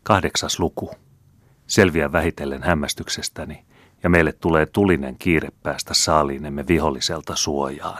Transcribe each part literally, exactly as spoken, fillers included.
Kahdeksas luku. Selviän vähitellen hämmästyksestäni, ja meille tulee tulinen kiire päästä saaliinemme viholliselta suojaan.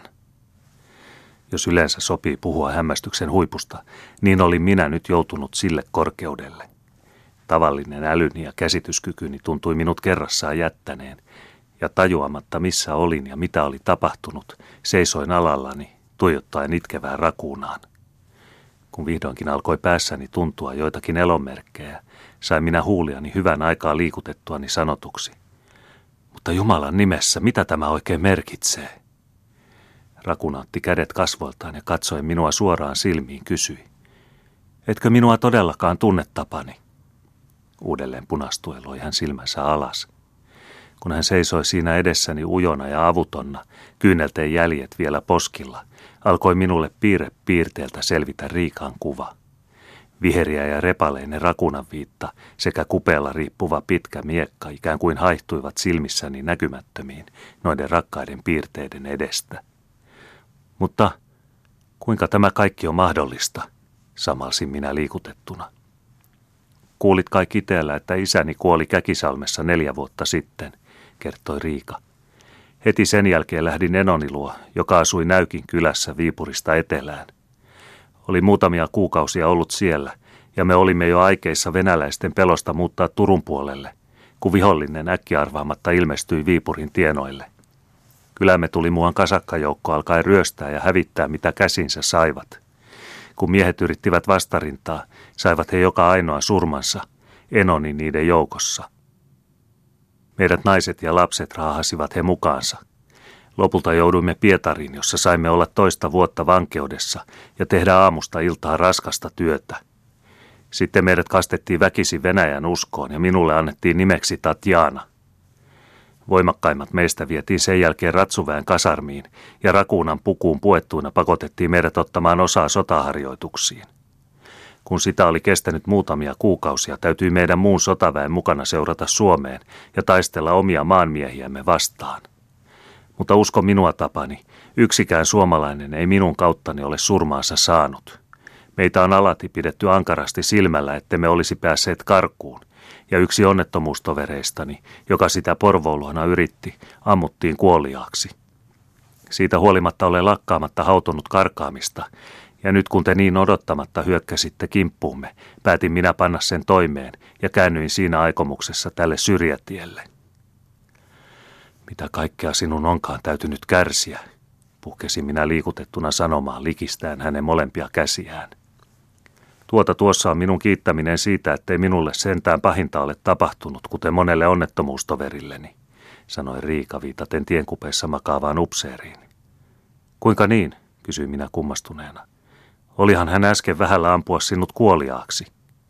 Jos yleensä sopii puhua hämmästyksen huipusta, niin olin minä nyt joutunut sille korkeudelle. Tavallinen älyni ja käsityskykyni tuntui minut kerrassaan jättäneen, ja tajuamatta missä olin ja mitä oli tapahtunut, seisoin alallani, tuijottaen itkevään rakuunaan. Kun vihdoinkin alkoi päässäni tuntua joitakin elonmerkkejä, sain minä huuliani hyvän aikaa liikutettuani sanotuksi. Mutta Jumalan nimessä, mitä tämä oikein merkitsee? Rakuna otti kädet kasvoiltaan ja katsoi minua suoraan silmiin kysyi. Etkö minua todellakaan tunne tapani? Uudelleen punastuen loi hän silmänsä alas. Kun hän seisoi siinä edessäni ujona ja avutonna, kyynelten jäljet vielä poskilla, alkoi minulle piirre piirteeltä selvitä Riikan kuva. Viheriä ja repaleinen rakunan viitta sekä kupeella riippuva pitkä miekka ikään kuin haihtuivat silmissäni näkymättömiin noiden rakkaiden piirteiden edestä. Mutta kuinka tämä kaikki on mahdollista, samalsin minä liikutettuna. Kuulit kai Kiteellä, että isäni kuoli Käkisalmessa neljä vuotta sitten, kertoi Riika. Heti sen jälkeen lähdin enoni luo, joka asui Näykin kylässä Viipurista etelään. Oli muutamia kuukausia ollut siellä, ja me olimme jo aikeissa venäläisten pelosta muuttaa Turun puolelle, kun vihollinen äkkiarvaamatta ilmestyi Viipurin tienoille. Kylämme tuli muuan kasakkajoukko alkaen ryöstää ja hävittää mitä käsinsä saivat. Kun miehet yrittivät vastarintaa, saivat he joka ainoa surmansa, enoni niiden joukossa. Meidät naiset ja lapset raahasivat he mukaansa. Lopulta jouduimme Pietariin, jossa saimme olla toista vuotta vankeudessa ja tehdä aamusta iltaan raskasta työtä. Sitten meidät kastettiin väkisin Venäjän uskoon ja minulle annettiin nimeksi Tatjana. Voimakkaimmat meistä vietiin sen jälkeen Ratsuväen kasarmiin ja Rakuunan pukuun puettuina pakotettiin meidät ottamaan osaa sotaharjoituksiin. Kun sitä oli kestänyt muutamia kuukausia, täytyi meidän muun sotaväen mukana seurata Suomeen ja taistella omia maanmiehiämme vastaan. Mutta usko minua tapani, yksikään suomalainen ei minun kauttani ole surmaansa saanut. Meitä on alati pidetty ankarasti silmällä, että me olisi päässeet karkuun, ja yksi onnettomuustovereistani, joka sitä Porvouluhana yritti, ammuttiin kuoliaaksi. Siitä huolimatta olen lakkaamatta hautonut karkaamista, ja nyt kun te niin odottamatta hyökkäsitte kimppuumme, päätin minä panna sen toimeen ja käännyin siinä aikomuksessa tälle syrjätielle. Mitä kaikkea sinun onkaan täytynyt kärsiä, puhkesin minä liikutettuna sanomaan likistään hänen molempia käsiään. Tuota tuossa on minun kiittäminen siitä, ettei minulle sentään pahinta ole tapahtunut, kuten monelle onnettomuustoverilleni, sanoi Riika viitaten tienkupeessa makaavaan upseeriin. Kuinka niin, kysyin minä kummastuneena. Olihan hän äsken vähällä ampua sinut kuoliaaksi.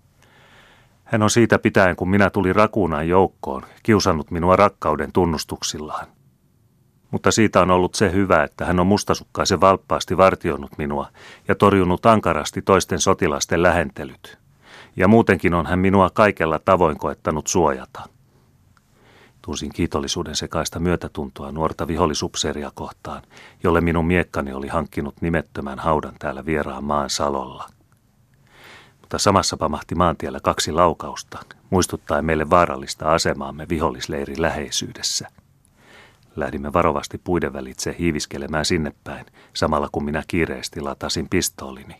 Hän on siitä pitäen, kun minä tulin Rakuunaan joukkoon, kiusannut minua rakkauden tunnustuksillaan. Mutta siitä on ollut se hyvä, että hän on mustasukkaisen valppaasti vartioinut minua ja torjunut ankarasti toisten sotilasten lähentelyt. Ja muutenkin on hän minua kaikella tavoin koettanut suojata. Tunsin kiitollisuuden sekaista myötätuntoa nuorta vihollisupseeria kohtaan, jolle minun miekkani oli hankkinut nimettömän haudan täällä vieraan maan salolla. Mutta samassa pamahti maantiellä kaksi laukausta, muistuttaen meille vaarallista asemaamme vihollisleirin läheisyydessä. Lähdimme varovasti puiden välitse hiiviskelemään sinne päin, samalla kun minä kiireesti latasin pistoolini.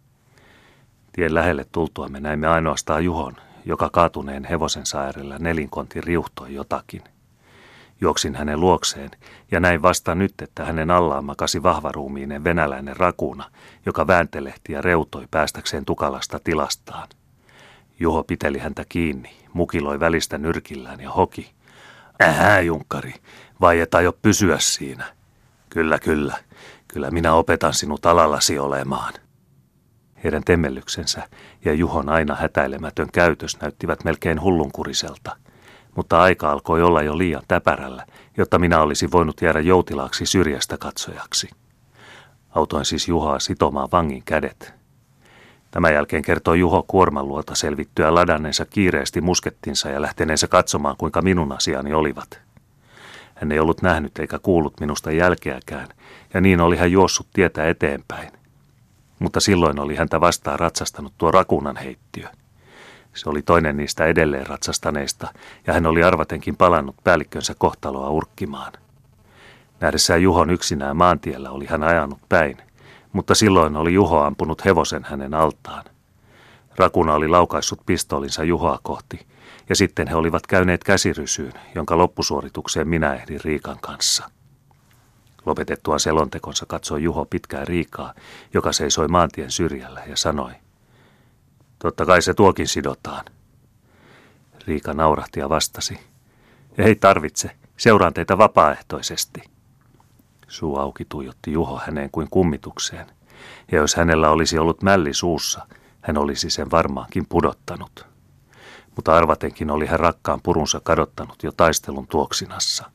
Tien lähelle tultuamme näimme ainoastaan Juhon, joka kaatuneen hevosensa äärellä nelinkontin riuhtoi jotakin. Juoksin hänen luokseen ja näin vasta nyt, että hänen allaan makasi vahvaruumiinen venäläinen Rakuuna, joka vääntelehti ja reutoi päästäkseen tukalasta tilastaan. Juho piteli häntä kiinni, mukiloi välistä nyrkillään ja hoki. Ähä, junkkari, vai et aio pysyä siinä? Kyllä, kyllä, kyllä minä opetan sinut alallasi olemaan. Heidän temmellyksensä ja Juhon aina hätäilemätön käytös näyttivät melkein hullunkuriselta, mutta aika alkoi olla jo liian täpärällä, jotta minä olisin voinut jäädä joutilaaksi syrjästä katsojaksi. Autoin siis Juhoa sitomaan vangin kädet. Tämän jälkeen kertoi Juho kuorman luota selvittyä ladanneensa kiireesti muskettinsa ja lähteneensä katsomaan, kuinka minun asiani olivat. Hän ei ollut nähnyt eikä kuullut minusta jälkeäkään, ja niin oli hän juossut tietä eteenpäin. Mutta silloin oli häntä vastaan ratsastanut tuo Rakuunan heittiö. Se oli toinen niistä edelleen ratsastaneista, ja hän oli arvatenkin palannut päällikkönsä kohtaloa urkkimaan. Nähdessään Juhon yksinään maantiellä oli hän ajanut päin, mutta silloin oli Juho ampunut hevosen hänen altaan. Rakuna oli laukaissut pistoolinsa Juhoa kohti, ja sitten he olivat käyneet käsirysyyn, jonka loppusuoritukseen minä ehdin Riikan kanssa. Lopetettua selontekonsa katsoi Juho pitkää Riikaa, joka seisoi maantien syrjällä, ja sanoi: "Totta kai se tuokin sidotaan." Riika naurahti ja vastasi: "Ei tarvitse, seuraan teitä vapaaehtoisesti." Suu auki tuijotti Juho häneen kuin kummitukseen, ja jos hänellä olisi ollut mälli suussa, hän olisi sen varmaankin pudottanut. Mutta arvatenkin oli hän rakkaan purunsa kadottanut jo taistelun tuoksinassa.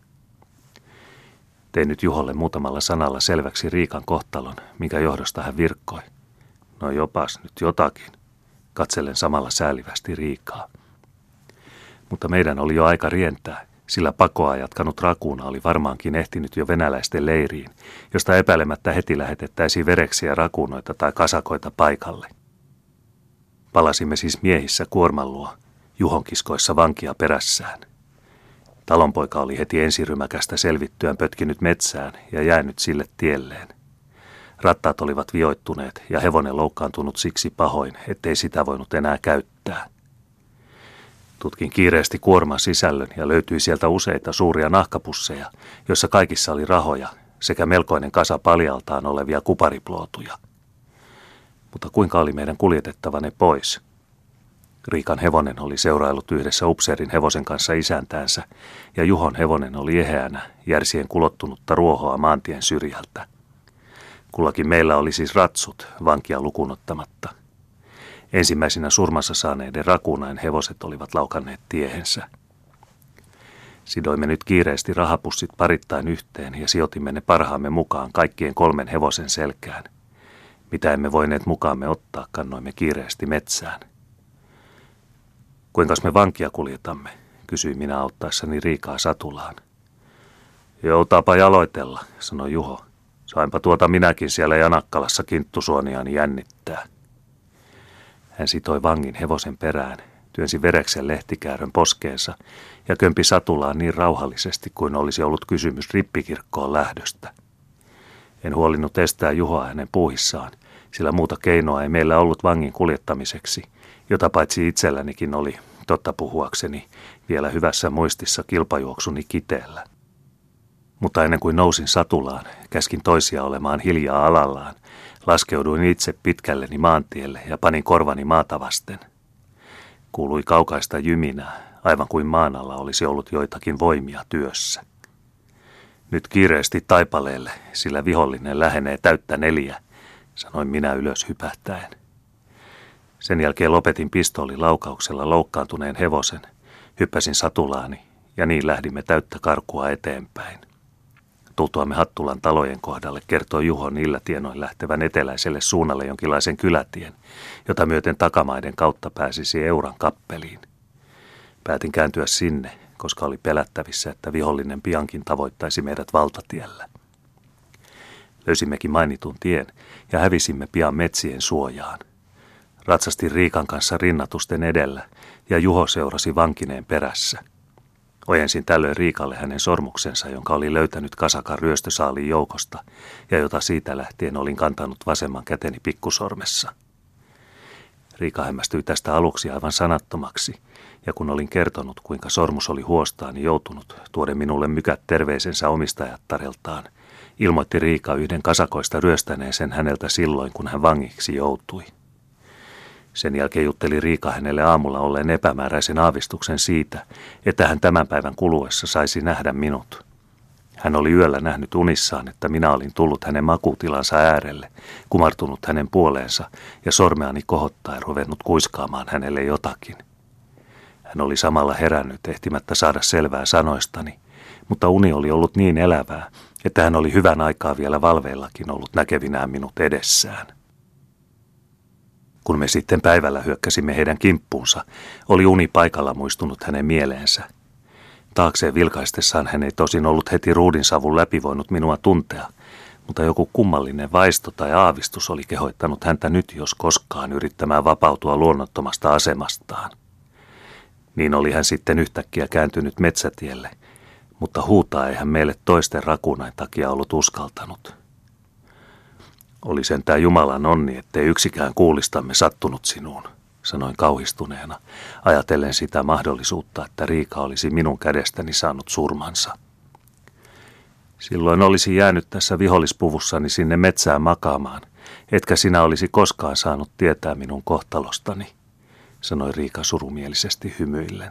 Tein nyt Juholle muutamalla sanalla selväksi Riikan kohtalon, minkä johdosta hän virkkoi. "No jopas nyt jotakin", katsellen samalla säälivästi Riikaa. Mutta meidän oli jo aika rientää, sillä pakoa jatkanut Rakuna oli varmaankin ehtinyt jo venäläisten leiriin, josta epäilemättä heti lähetettäisiin vereksiä rakunoita tai kasakoita paikalle. Palasimme siis miehissä kuorman luo, Juhon kiskoissa vankia perässään. Talonpoika oli heti ensirymäkästä selvittyään pötkinyt metsään ja jäänyt sille tielleen. Rattaat olivat vioittuneet ja hevonen loukkaantunut siksi pahoin, ettei sitä voinut enää käyttää. Tutkin kiireesti kuorman sisällön ja löytyi sieltä useita suuria nahkapusseja, joissa kaikissa oli rahoja sekä melkoinen kasa paljaltaan olevia kupariplootuja. Mutta kuinka oli meidän kuljetettava ne pois? Riikan hevonen oli seuraillut yhdessä upseerin hevosen kanssa isäntäänsä, ja Juhon hevonen oli eheänä, järsien kulottunutta ruohoa maantien syrjältä. Kullakin meillä oli siis ratsut, vankia lukunottamatta. Ensimmäisinä surmassa saaneiden Rakunain hevoset olivat laukanneet tiehensä. Sidoimme nyt kiireesti rahapussit parittain yhteen ja sijoitimme ne parhaamme mukaan kaikkien kolmen hevosen selkään. Mitä emme voineet mukaamme ottaa, kannoimme kiireesti metsään. "Kuinkas me vankia kuljetamme?" kysyin minä auttaessani Riikaa satulaan. "Joutaapa jaloitella", sanoi Juho. "Sainpa tuota minäkin siellä Janakkalassa kinttusuoniani jännittää." Hän sitoi vangin hevosen perään, työnsi vereksen lehtikäärön poskeensa ja kömpi satulaan niin rauhallisesti kuin olisi ollut kysymys rippikirkkoon lähdöstä. En huolinnut estää Juhoa hänen puuhissaan, sillä muuta keinoa ei meillä ollut vangin kuljettamiseksi, jota paitsi itsellänikin oli, totta puhuakseni, vielä hyvässä muistissa kilpajuoksuni Kiteellä. Mutta ennen kuin nousin satulaan, käskin toisia olemaan hiljaa alallaan, laskeuduin itse pitkälleni maantielle ja panin korvani maata vasten. Kuului kaukaista jyminää, aivan kuin maan alla olisi ollut joitakin voimia työssä. "Nyt kiireesti taipaleelle, sillä vihollinen lähenee täyttä neljä", sanoin minä ylös hypähtäen. Sen jälkeen lopetin pistoolin laukauksella loukkaantuneen hevosen, hyppäsin satulaani ja niin lähdimme täyttä karkua eteenpäin. Tultuamme Hattulan talojen kohdalle kertoi Juho niillä tienoin lähtevän eteläiselle suunnalle jonkinlaisen kylätien, jota myöten takamaiden kautta pääsisi Euran kappeliin. Päätin kääntyä sinne, koska oli pelättävissä, että vihollinen piankin tavoittaisi meidät valtatiellä. Löysimmekin mainitun tien ja hävisimme pian metsien suojaan. Ratsastin Riikan kanssa rinnatusten edellä ja Juho seurasi vankineen perässä. Ojensin tällöin Riikalle hänen sormuksensa, jonka oli löytänyt kasakan ryöstösaaliin joukosta ja jota siitä lähtien olin kantanut vasemman käteni pikkusormessa. Riika hämmästyi tästä aluksi aivan sanattomaksi, ja kun olin kertonut, kuinka sormus oli huostaani joutunut tuoden minulle mykät terveisensä omistajattareltaan, ilmoitti Riika yhden kasakoista ryöstäneen sen häneltä silloin, kun hän vangiksi joutui. Sen jälkeen jutteli Riika hänelle aamulla olleen epämääräisen aavistuksen siitä, että hän tämän päivän kuluessa saisi nähdä minut. Hän oli yöllä nähnyt unissaan, että minä olin tullut hänen makuutilansa äärelle, kumartunut hänen puoleensa ja sormeani kohottaen ruvennut kuiskaamaan hänelle jotakin. Hän oli samalla herännyt ehtimättä saada selvää sanoistani, mutta uni oli ollut niin elävää, että hän oli hyvän aikaa vielä valveillakin ollut näkevinään minut edessään. Kun me sitten päivällä hyökkäsimme heidän kimppuunsa, oli uni paikalla muistunut hänen mieleensä. Taakseen vilkaistessaan hän ei tosin ollut heti ruudinsavun läpi voinut minua tuntea, mutta joku kummallinen vaisto tai aavistus oli kehoittanut häntä nyt jos koskaan yrittämään vapautua luonnottomasta asemastaan. Niin oli hän sitten yhtäkkiä kääntynyt metsätielle, mutta huutaa ei hän meille toisten rakunain takia ollut uskaltanut. Oli sentään Jumalan onni, ettei yksikään kuulistamme sattunut sinuun, sanoin kauhistuneena, ajatellen sitä mahdollisuutta, että Riika olisi minun kädestäni saanut surmansa. Silloin olisi jäänyt tässä vihollispuvussani sinne metsään makaamaan, etkä sinä olisi koskaan saanut tietää minun kohtalostani, sanoi Riika surumielisesti hymyillen.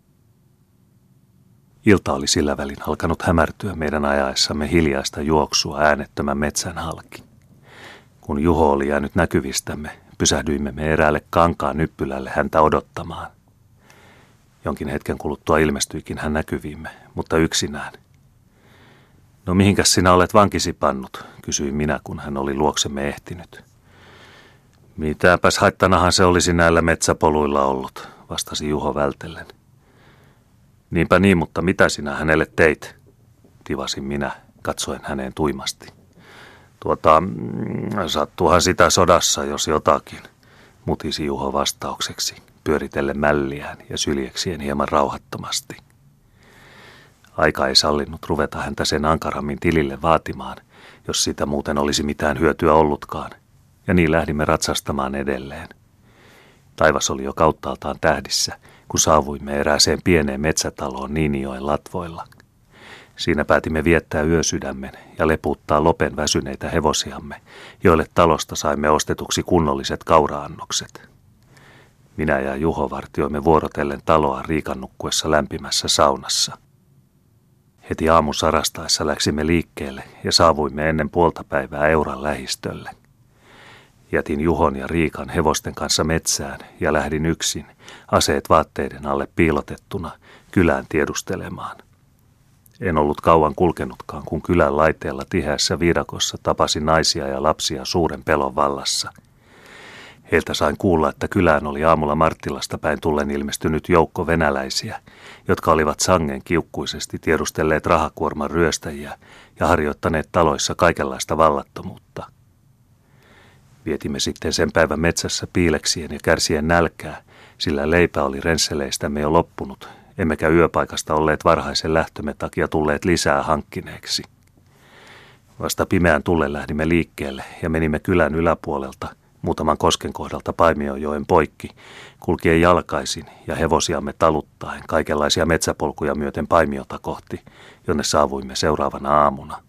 Ilta oli sillä välin alkanut hämärtyä meidän ajaessamme hiljaista juoksua äänettömän metsän halki. Kun Juho oli jäänyt näkyvistämme, pysähdyimme me eräälle kankaan nyppylälle häntä odottamaan. Jonkin hetken kuluttua ilmestyikin hän näkyviimme, mutta yksinään. No mihinkäs sinä olet vankisi pannut, kysyin minä, kun hän oli luoksemme ehtinyt. Mitäpäs haittanahan se olisi näillä metsäpoluilla ollut, vastasi Juho vältellen. Niinpä niin, mutta mitä sinä hänelle teit, tivasin minä, katsoen häneen tuimasti. Tuota, sattuuhan sitä sodassa, jos jotakin, mutisi Juho vastaukseksi, pyöritellen mälliään ja syljeksien hieman rauhattomasti. Aika ei sallinut ruveta häntä sen ankarammin tilille vaatimaan, jos siitä muuten olisi mitään hyötyä ollutkaan, ja niin lähdimme ratsastamaan edelleen. Taivas oli jo kauttaaltaan tähdissä, kun saavuimme erääseen pieneen metsätaloon Niinijoen latvoilla. Siinä päätimme viettää yösydämen ja leputtaa Lopen väsyneitä hevosiamme, joille talosta saimme ostetuksi kunnolliset kauraannokset. Minä ja Juho vartioimme vuorotellen taloa Riikan nukkuessa lämpimässä saunassa. Heti aamun sarastaessa läksimme liikkeelle ja saavuimme ennen puolta päivää Euran lähistölle. Jätin Juhon ja Riikan hevosten kanssa metsään ja lähdin yksin, aseet vaatteiden alle piilotettuna, kylään tiedustelemaan. En ollut kauan kulkenutkaan, kun kylän laiteella tiheässä viidakossa tapasin naisia ja lapsia suuren pelon vallassa. Heiltä sain kuulla, että kylään oli aamulla Marttilasta päin tullen ilmestynyt joukko venäläisiä, jotka olivat sangen kiukkuisesti tiedustelleet rahakuorman ryöstäjiä ja harjoittaneet taloissa kaikenlaista vallattomuutta. Vietimme sitten sen päivän metsässä piileksien ja kärsien nälkää, sillä leipä oli rensseleistämme jo loppunut, emmekä yöpaikasta olleet varhaisen lähtömme takia tulleet lisää hankkineeksi. Vasta pimeän tullen lähdimme liikkeelle ja menimme kylän yläpuolelta, muutaman kosken kohdalta Paimionjoen poikki, kulkien jalkaisin ja hevosiamme taluttaen kaikenlaisia metsäpolkuja myöten Paimiota kohti, jonne saavuimme seuraavana aamuna.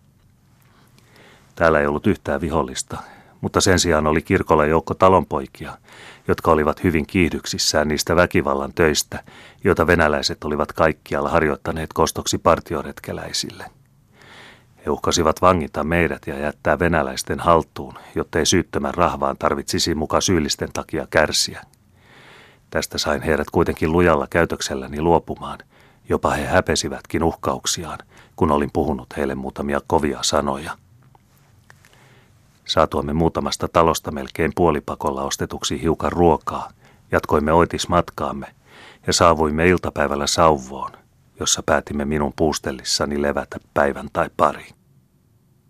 Täällä ei ollut yhtään vihollista, mutta sen sijaan oli kirkolla joukko talonpoikia, jotka olivat hyvin kiihdyksissään niistä väkivallan töistä, joita venäläiset olivat kaikkialla harjoittaneet kostoksi partioretkeläisille. He uhkasivat vangita meidät ja jättää venäläisten haltuun, jottei syyttömän rahvaan tarvitsisi muka syyllisten takia kärsiä. Tästä sain heidät kuitenkin lujalla käytökselläni luopumaan, jopa he häpesivätkin uhkauksiaan, kun olin puhunut heille muutamia kovia sanoja. Saatuamme muutamasta talosta melkein puolipakolla ostetuksi hiukan ruokaa, jatkoimme oitismatkaamme ja saavuimme iltapäivällä Sauvoon, jossa päätimme minun puustellissani levätä päivän tai pari.